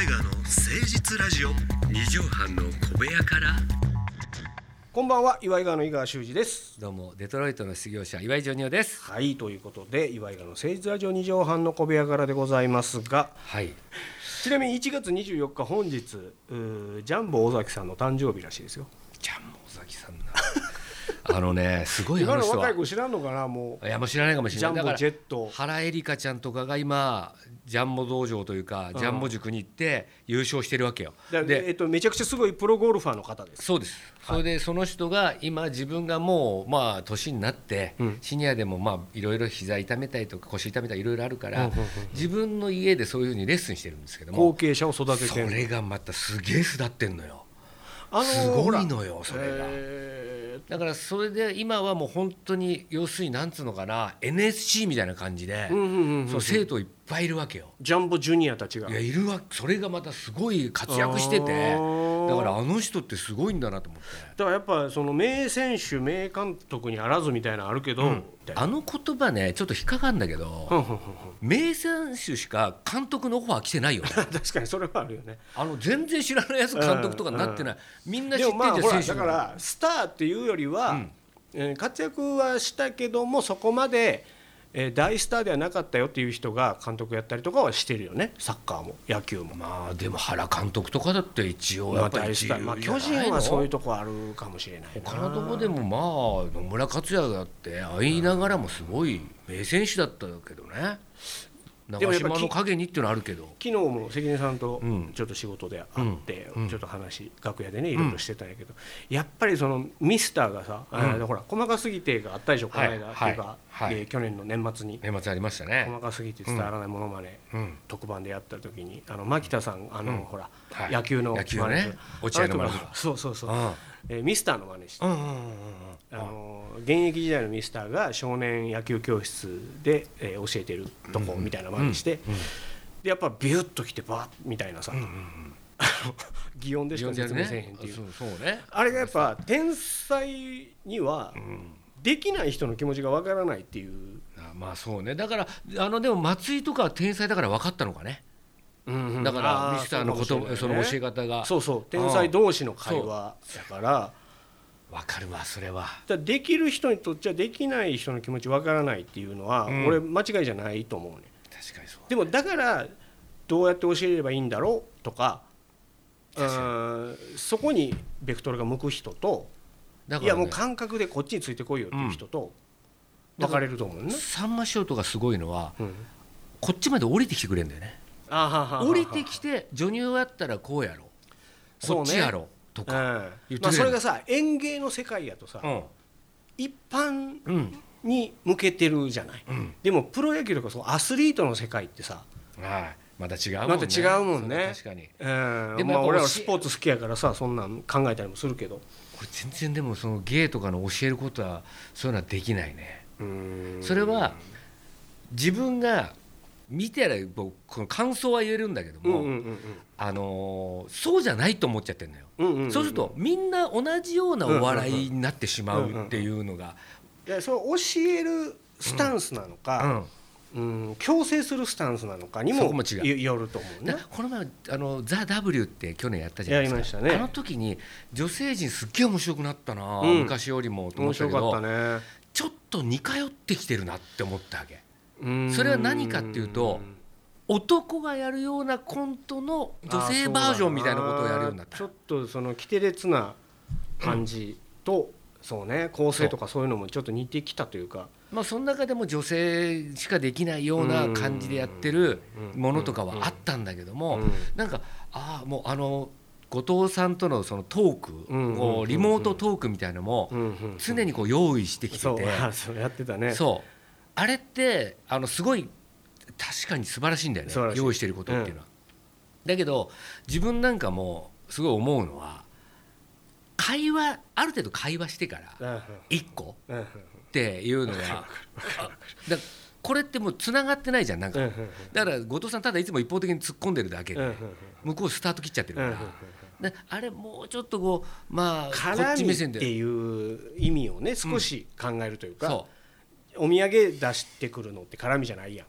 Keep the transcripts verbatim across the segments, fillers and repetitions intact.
岩井川の誠実ラジオ。 二畳半の小部屋から。 こんばんは、岩井川の井川修司です。 どうも、デトロイトの失業者岩井ジョニオです。 はい、ということで岩井川の誠実ラジオ二畳半の小部屋からでございますが、 はい、 ちなみにいちがつにじゅうよっか本日ジャンボ尾崎さんの誕生日らしいですよ。 ジャンボ尾崎さんなあのね、すごい今の話は若い子知らんのかな。もういや、もう知らないかもしれない。 ジャンボジェット、 原エリカちゃんとかが今ジャンボ道場というか、うん、ジャンボ塾に行って優勝してるわけよ。 で、えっと、めちゃくちゃすごいプロゴルファーの方です。 そうです、はい、それでその人が今自分がもうまあ年になって、うん、シニアでもまあいろいろ膝痛めたりとか腰痛めたりいろいろあるから、うんうんうん、自分の家でそういうふうにレッスンしてるんですけども、 後継者を育ててる。 それがまたすげえ巣立ってんのよ。あのー、すごいのよそれが、えー、だからそれで今はもう本当に要するになんつうのかな エヌエスシー みたいな感じで、うんうんうんうん、そう生徒いっぱいいるわけよ。 ジャンボジュニアたちがいやいるわ。それがまたすごい活躍してて、だからあの人ってすごいんだなと思って。 だからやっぱその名選手名監督にあらずみたいなのあるけど、うん、 あの言葉ねちょっと引っかかるんだけど、うんうんうん、名選手しか監督のオファー来てないよね確かにそれはあるよね。 あの全然知らないやつ監督とかになってない、うん、みんな知ってるじゃん。 でもまあほらだからスターっていうよりは、うんえー、活躍はしたけどもそこまでえー、大スターではなかったよっていう人が監督やったりとかはしてるよね。サッカーも野球も。 まあでも原監督とかだって一応やっぱり一流、 まあ、巨人はそういうとこあるかもしれないな。 他のとこでもまあ野村克也だって会いながらもすごい名選手だったけどね。長島の陰にっていうのはあるけど、 昨日も関根さんとちょっと仕事で会って、うん、ちょっと話楽屋でねいろいろしてたんやけど、うん、やっぱりそのミスターがさ、うん、ほら細かすぎてがあったでしょ、この間、はい、っていうか、はいえー、去年の年末に年末ありましたね。 細かすぎて伝わらないものまね、うん、特番でやった時にあの牧田さんあの、うん、ほら、はい、野球の野球ね落合の真似そうそうそう、うんえー、ミスターの真似して、うんうんうんうん、あの現役時代のミスターが少年野球教室で、えー、教えてるとこみたいな真似して、うんうん、でやっぱビュッときてバッみたいなさ、うんうんうん、擬音でしか説明せえへんっていう、 そうそうね、 あれがやっぱ天才にはできない人の気持ちがわからないっていう、うん、 あまあそうね。だからあのでも松井とかは天才だから分かったのかね、うんうん、だからミスターのこと、ね、その教え方がそうそう天才同士の会話だから分かるわ。それはだできる人にとっちゃできない人の気持ち分からないっていうのは、うん、俺間違いじゃないと思うね。 確かにそう、ね、 でもだからどうやって教えればいいんだろうとか、うんそこにベクトルが向く人とだから、ね、いやもう感覚でこっちについてこいよっていう人と分かれると思うね。 さんま師匠とかすごいのは、うん、こっちまで降りてきてくれるんだよね。あははは降りてきてジョニオやったらこうやろうこっちやろうとか、うんまあ、それがさ演芸の世界やとさ、うん、一般に向けてるじゃない、うん、でもプロ野球とかそうアスリートの世界ってさ、 はい、また違うもんね。 また違うもんね。 確かに、 うん、でもまあ俺はスポーツ好きやからさそんなん考えたりもするけど、 これ全然でもその芸とかの教えることはそういうのはできないね。うーんそれは自分が見てやらこの感想は言えるんだけども、うんうんうんうん、あのー、そうじゃないと思っちゃってるのよ、うんうんうん、そうするとみんな同じようなお笑いになってしまうっていうのが、 いやそれ教えるスタンスなのか、うんうん、強制するスタンスなのかにもよると思うね。 この前あのザ・ W って去年やったじゃないですか。 やりましたね。 あの時に女性陣すっげえ面白くなったな、うん、昔よりもと思ったけど、 面白かったね。 ちょっと似通ってきてるなって思ったわけ。それは何かっていうと男がやるようなコントの女性バージョンみたいなことをやるようになった。 ちょっとその規定列な感じと、うん、そうね構成とかそういうのもちょっと似てきたというか、 まあその中でも女性しかできないような感じでやってるものとかはあったんだけども、なんかああもうあの後藤さんとのそのトーク、こうリモートトークみたいなのも常にこう用意してきてて、 そうやってたね。 そうあれってあのすごい確かに素晴らしいんだよね、用意してることっていうのは、うん、だけど自分なんかもすごい思うのは会話ある程度会話してからいっこっていうのがだこれってもうつながってないじゃんなんかだから後藤さんただいつも一方的に突っ込んでるだけで向こうスタート切っちゃってるからであれもうちょっとこうまあこっち目線で絡みっていう意味をね少し考えるというか、うん、そうお土産出してくるのって絡みじゃないやん。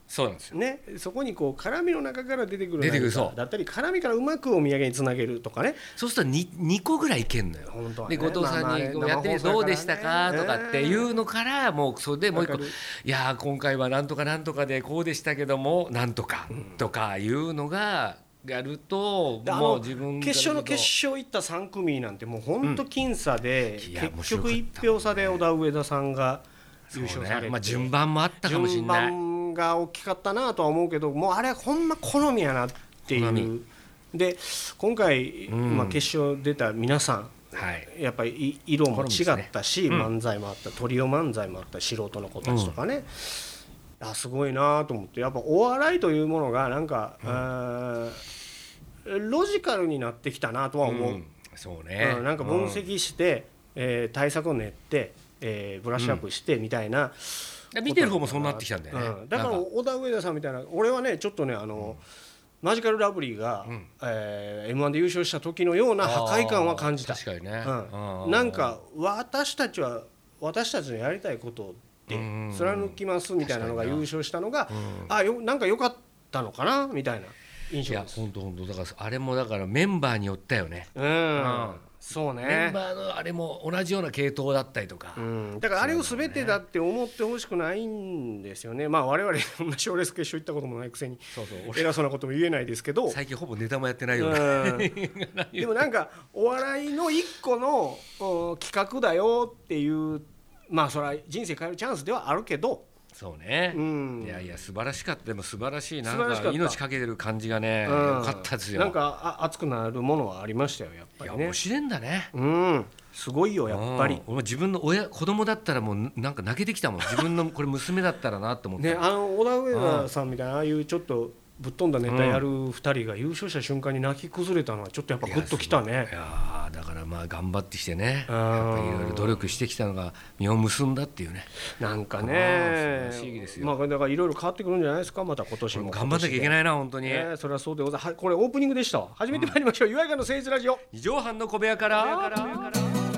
そうなんですよ、 ね、そこにこう絡みの中から出てくる出てくるそうだったり絡みからうまくお土産につなげるとかね。 そうすると 2, にこぐらいいけんのよ。 本当はね、 で後藤さんにこうやってみてどうでしたかとかっていうのからもうそれでもう一個いや今回はなんとかなんとかでこうでしたけどもなんとかとかいうのがやるともう自分決勝の決勝行ったさん組なんてもう本当僅差で、うん、結局いち票差で小田上田さんが優勝されて、 ねまあ、順番もあったかもしれない。 順番が大きかったなとは思うけどもうあれはほんま好みやなっていうで今回、うんまあ、決勝出た皆さん、はい、やっぱり色も違ったし、ねうん、漫才もあったトリオ漫才もあった素人の子たちとかね、うん、あすごいなと思ってやっぱお笑いというものがなんか、うん、ロジカルになってきたなとは思う、うん、 そうね、 うん、なんか分析して、うんえー、対策を練って、えー、ブラッシュアップしてみたいな、 うん、見てる方もそうなってきたんだよね、 うん、だから小田上田さんみたいな俺はねちょっとねあの、うんマジカルラブリーが、うんえー、エムワン で優勝した時のような破壊感は感じた。 確かにね、 うん、なんか私たちは私たちのやりたいことで貫きますみたいなのが優勝したのが、うん、あよなんか良かったのかなみたいな印象です。 いや本当本当だからあれもだからメンバーによったよね。 うん、うんそうね、 メンバーのあれも同じような系統だったりとか、 うん、だからあれを全てだって思ってほしくないんですよね。まあ我々そんな賞レース決勝行ったこともないくせにそうそう偉そうなことも言えないですけど最近ほぼネタもやってないよね、 うん、でもなんかお笑いの一個の企画だよっていうまあそれは人生変えるチャンスではあるけどそうね、うん、いやいや素晴らしかった。でも素晴らしいなんか命かけてる感じがね、うん、よかったですよ。 なんか熱くなるものはありましたよやっぱりね。 いや面白いんだね、 うん、すごいよやっぱり。 俺自分の親子供だったらもうなんか泣けてきたもん。自分のこれ娘だったらなと思ってねあの小田上田さんみたいなああいうちょっとぶっ飛んだネタやるふたりが優勝した瞬間に泣き崩れたのはちょっとやっぱグッときたね。 いや, いやだからまあ頑張ってきてねやっぱりいろいろ努力してきたのが実を結んだっていうねなんかね素晴らしいですよ。 まあだからいろいろ変わってくるんじゃないですかまた今年も。 頑張んなきゃいけないな本当に、 ね、それはそうでございます。これオープニングでしたわ。始めてまいりましょう、うん、岩井川の誠実ラジオ二畳半の小部屋から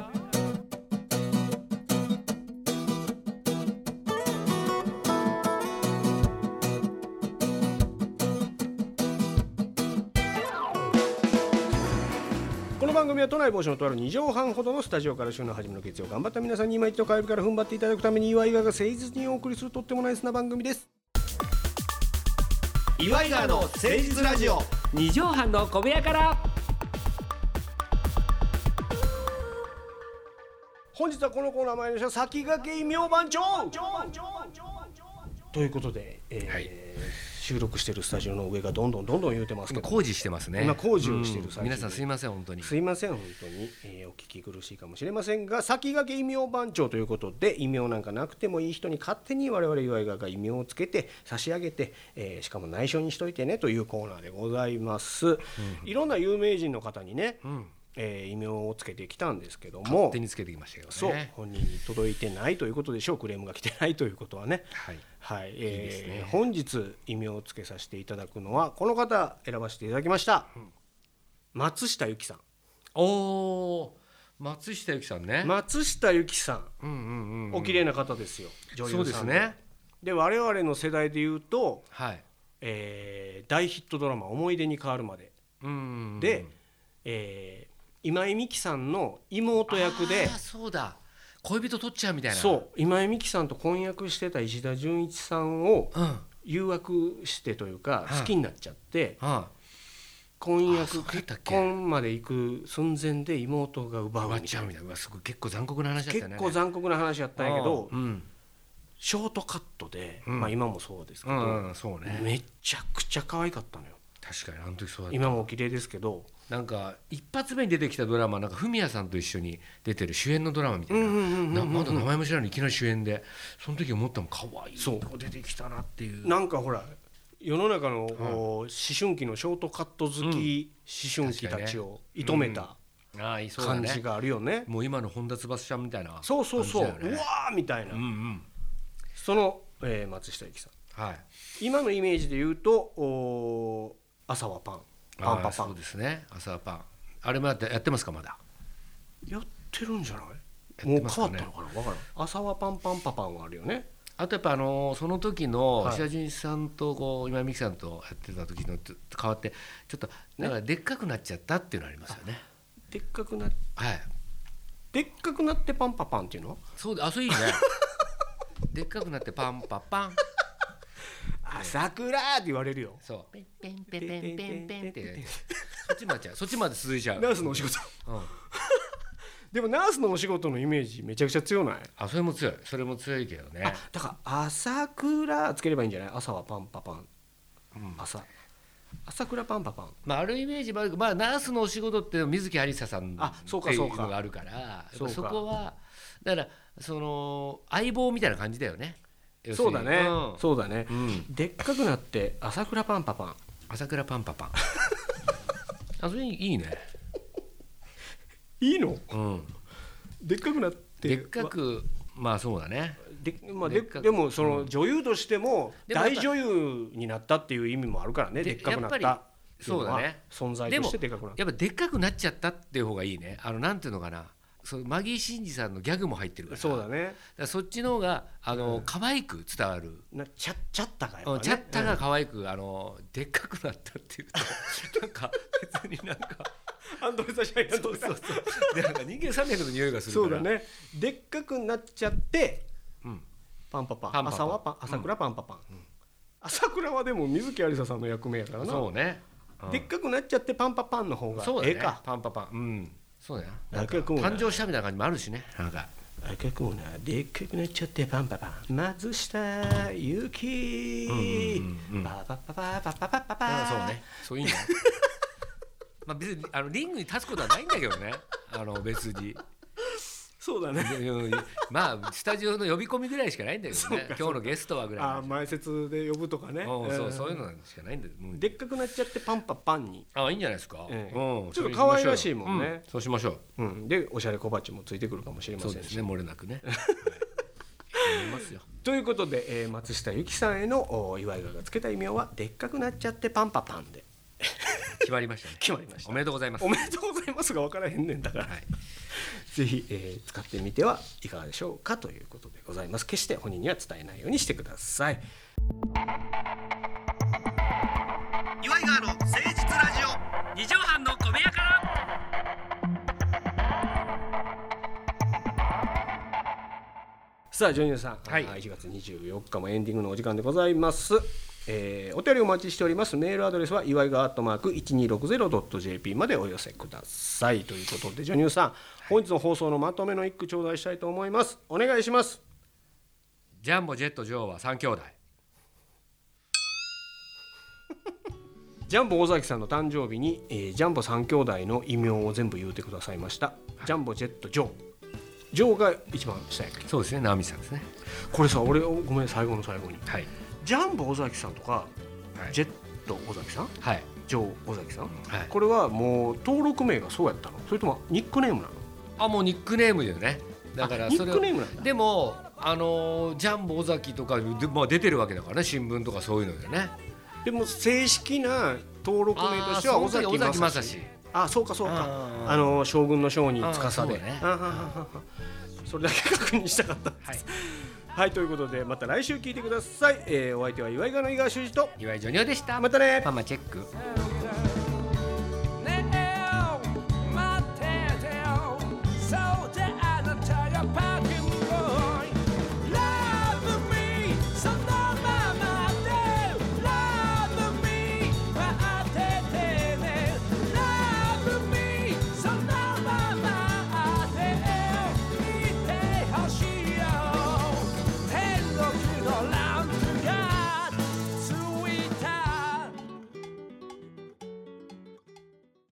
この番組は都内某所のとあるに畳半ほどのスタジオから週の初めの月曜頑張った皆さんに今一度火曜日から踏ん張っていただくために岩井川が誠実にお送りするとってもナイスな番組です。 岩井川の誠実ラジオに畳半の小部屋から。 本日はこのコーナー参りましょう。先駆け異名番長ということで、えーはい収録しているスタジオの上がどんどんどんどん言うてますけど工事してますね。 今工事をしている最中、 うん、皆さんすいません本当にすいません本当に、えー、お聞き苦しいかもしれませんが先駆け異名番長ということで異名なんかなくてもいい人に勝手に我々岩井川が異名をつけて差し上げて、えー、しかも内緒にしといてねというコーナーでございます、うん、いろんな有名人の方にね、うんえー、異名をつけてきたんですけども勝手につけてきましたけどね。 そう本人に届いてないということでしょう。クレームが来てないということはね、 はいはいえー、いいですね。本日異名をつけさせていただくのはこの方選ばせていただきました、うん、松下由紀さん。 おー松下由紀さんね。 松下由紀さん、 うんうんうんうん、 お綺麗な方ですよ女優さんで。 そうですね。 で我々の世代でいうと、 はいえー、大ヒットドラマ思い出に変わるまで、 うんうんうん、 で、えー今井美樹さんの妹役で。 あそうだ恋人取っちゃうみたいな。 そう今井美樹さんと婚約してた石田純一さんを誘惑してというか、うん、好きになっちゃって、うん、婚約結婚まで行く寸前で妹が奪うみたいな。奪っちゃうみたいな。すごい結構残酷な話だったよね。 結構残酷な話やったんやけど、うん、ショートカットで、うんまあ、今もそうですけど、 うんうんそうね、 めちゃくちゃ可愛かったのよ。 確かにあの時そうだった。 今も綺麗ですけどなんか一発目に出てきたドラマなんかフミヤさんと一緒に出てる主演のドラマみたいな、まだ名前も知らないいきなり主演でその時思ったもん可愛い子出てきたなっていう。 なんかほら世の中の、うん、思春期のショートカット好き、うん、思春期たちを射止めた、うん、感じがあるよね。 もう今の本田翼ちゃんみたいな、ね、 そうそうそううわーみたいな、うんうん、その、えー、松下由紀さん、はい、今のイメージで言うとお朝はパンパンパパン。 そうですね朝はパンあれもやってやってますか。まだやってるんじゃない。もう変わったのかな分からん。朝はパンパンパパンはあるよね。 あとやっぱあのその時の石田純一さんとこう今井美樹さんとやってた時のと変わってちょっとなんかでっかくなっちゃったっていうのありますよね。 でっかくなっはいでっかくなってパンパパンっていうの？ そうで、あ、それいいねでっかくなってパンパパン朝倉って言われるよ。 そうペンペンペンペンペンペンってそっちまでそっちまで続いちゃう。 ナースのお仕事、うん、でもナースのお仕事のイメージめちゃくちゃ強ない？ あ、それも強いそれも強いけどね。 あ、だから朝倉つければいいんじゃない？朝はパンパパン、うん、朝朝倉パンパパン、 まあ、あるイメージもあるけど、まあ、ナースのお仕事って水木有沙さんっていうのがあるからそこはだからその相棒みたいな感じだよね。 そうだね、うん、そうだね、 うん、 でっかくなって朝倉パンパパン朝倉パンパパンあ、それいいね。 いいの？ うん、 でっかくなってでっかく、まあそうだね。 で, まあ、で, でもその女優としても大女優になったっていう意味もあるからね。でっかくなったっていうのはそうだね。 存在としてでかくなった。 やっぱでっかくなっちゃったっていう方がいいね。あのなんていうのかな、そうマギー審司さんのギャグも入ってるから。 そうだね。だからそっちの方があの、うん、可愛く伝わる。 なチャッチャッタがやっぱね。 チャッタが可愛く、うん、あのでっかくなったっていうとなんか別になんかアンドレサシャインそうそうそうでなんか人間山脈の匂いがするから。 そうだね。でっかくなっちゃって。うん。パンパパン、 パンパパン、 朝はパン、朝倉パンパパン、うん、朝倉はでも水木有沙さんの役目やからな。 そうね、 うん、でっかくなっちゃってパンパパンの方がええか、ね、 パンパパン、うん、そうだよ。 誕生したみたいな感じもあるしね。なんか赤くもなでっかくなっちゃってパンパパン松下由紀パパパパパパパパパ。 そうね、そういいねまあ別にあのリングに立つことはないんだけどねあの別にそうだねまあスタジオの呼び込みぐらいしかないんだけどね。今日のゲストはぐらい。 あ、前説で呼ぶとかね。 うん、そう、そういうのしかないんだよ。 でっかくなっちゃってパンパパンに。 あ、いいんじゃないですか、 ええ、うん、ちょっと可愛らしいもんね、 うん、そうしましょう、 うん、でおしゃれ小鉢もついてくるかもしれませんし。 そうですね、漏れなくねますよということで、えー、松下由紀さんへの岩井川がつけた異名はでっかくなっちゃってパンパパンで決まりましたね。 決まりました。 おめでとうございます。 おめでとうございますが分からへんねんだから、はい、ぜひ、えー、使ってみてはいかがでしょうかということでございます。決して本人には伝えないようにしてください。 岩井川の誠実ラジオ、 二畳半の小部屋から。 さあジョニオさん、 はい、 いちがつにじゅうよっかもエンディングのお時間でございます。えー、お便りお待ちしております。メールアドレスは岩井川アットマーク いちにーろくゼロドットジェーピー までお寄せくださいということで、ジョニオさん、本日の放送のまとめの一句頂戴したいと思います。お願いします。 ジャンボジェットジョーはさん兄弟ジャンボ尾崎さんの誕生日に、えー、ジャンボさん兄弟の異名を全部言うてくださいました。はい、ジャンボジェットジョー、ジョーが一番下やっけ。 そうですね、直美さんですね。 これさ、俺ごめん、最後の最後に、 はい、 ジャンボ尾崎さんとか、はい、ジェット尾崎さん、はい、ジョー尾崎さん、はい、これはもう登録名がそうやったの？それともニックネームなの？ あ、もうニックネームだよね。だからそれニックネームなんだ。 でもあのー、ジャンボ尾崎とかで、まあ、出てるわけだからね、新聞とかそういうのでね。 でも正式な登録名としては尾崎正史。あ、そうかそうか、あの将軍の将に司で、ね、それだけ確認したかったです。はい、はい、ということでまた来週聞いてください。えー、お相手は岩井川の井川修司と岩井ジョニオでした。 またね。 ママチェック。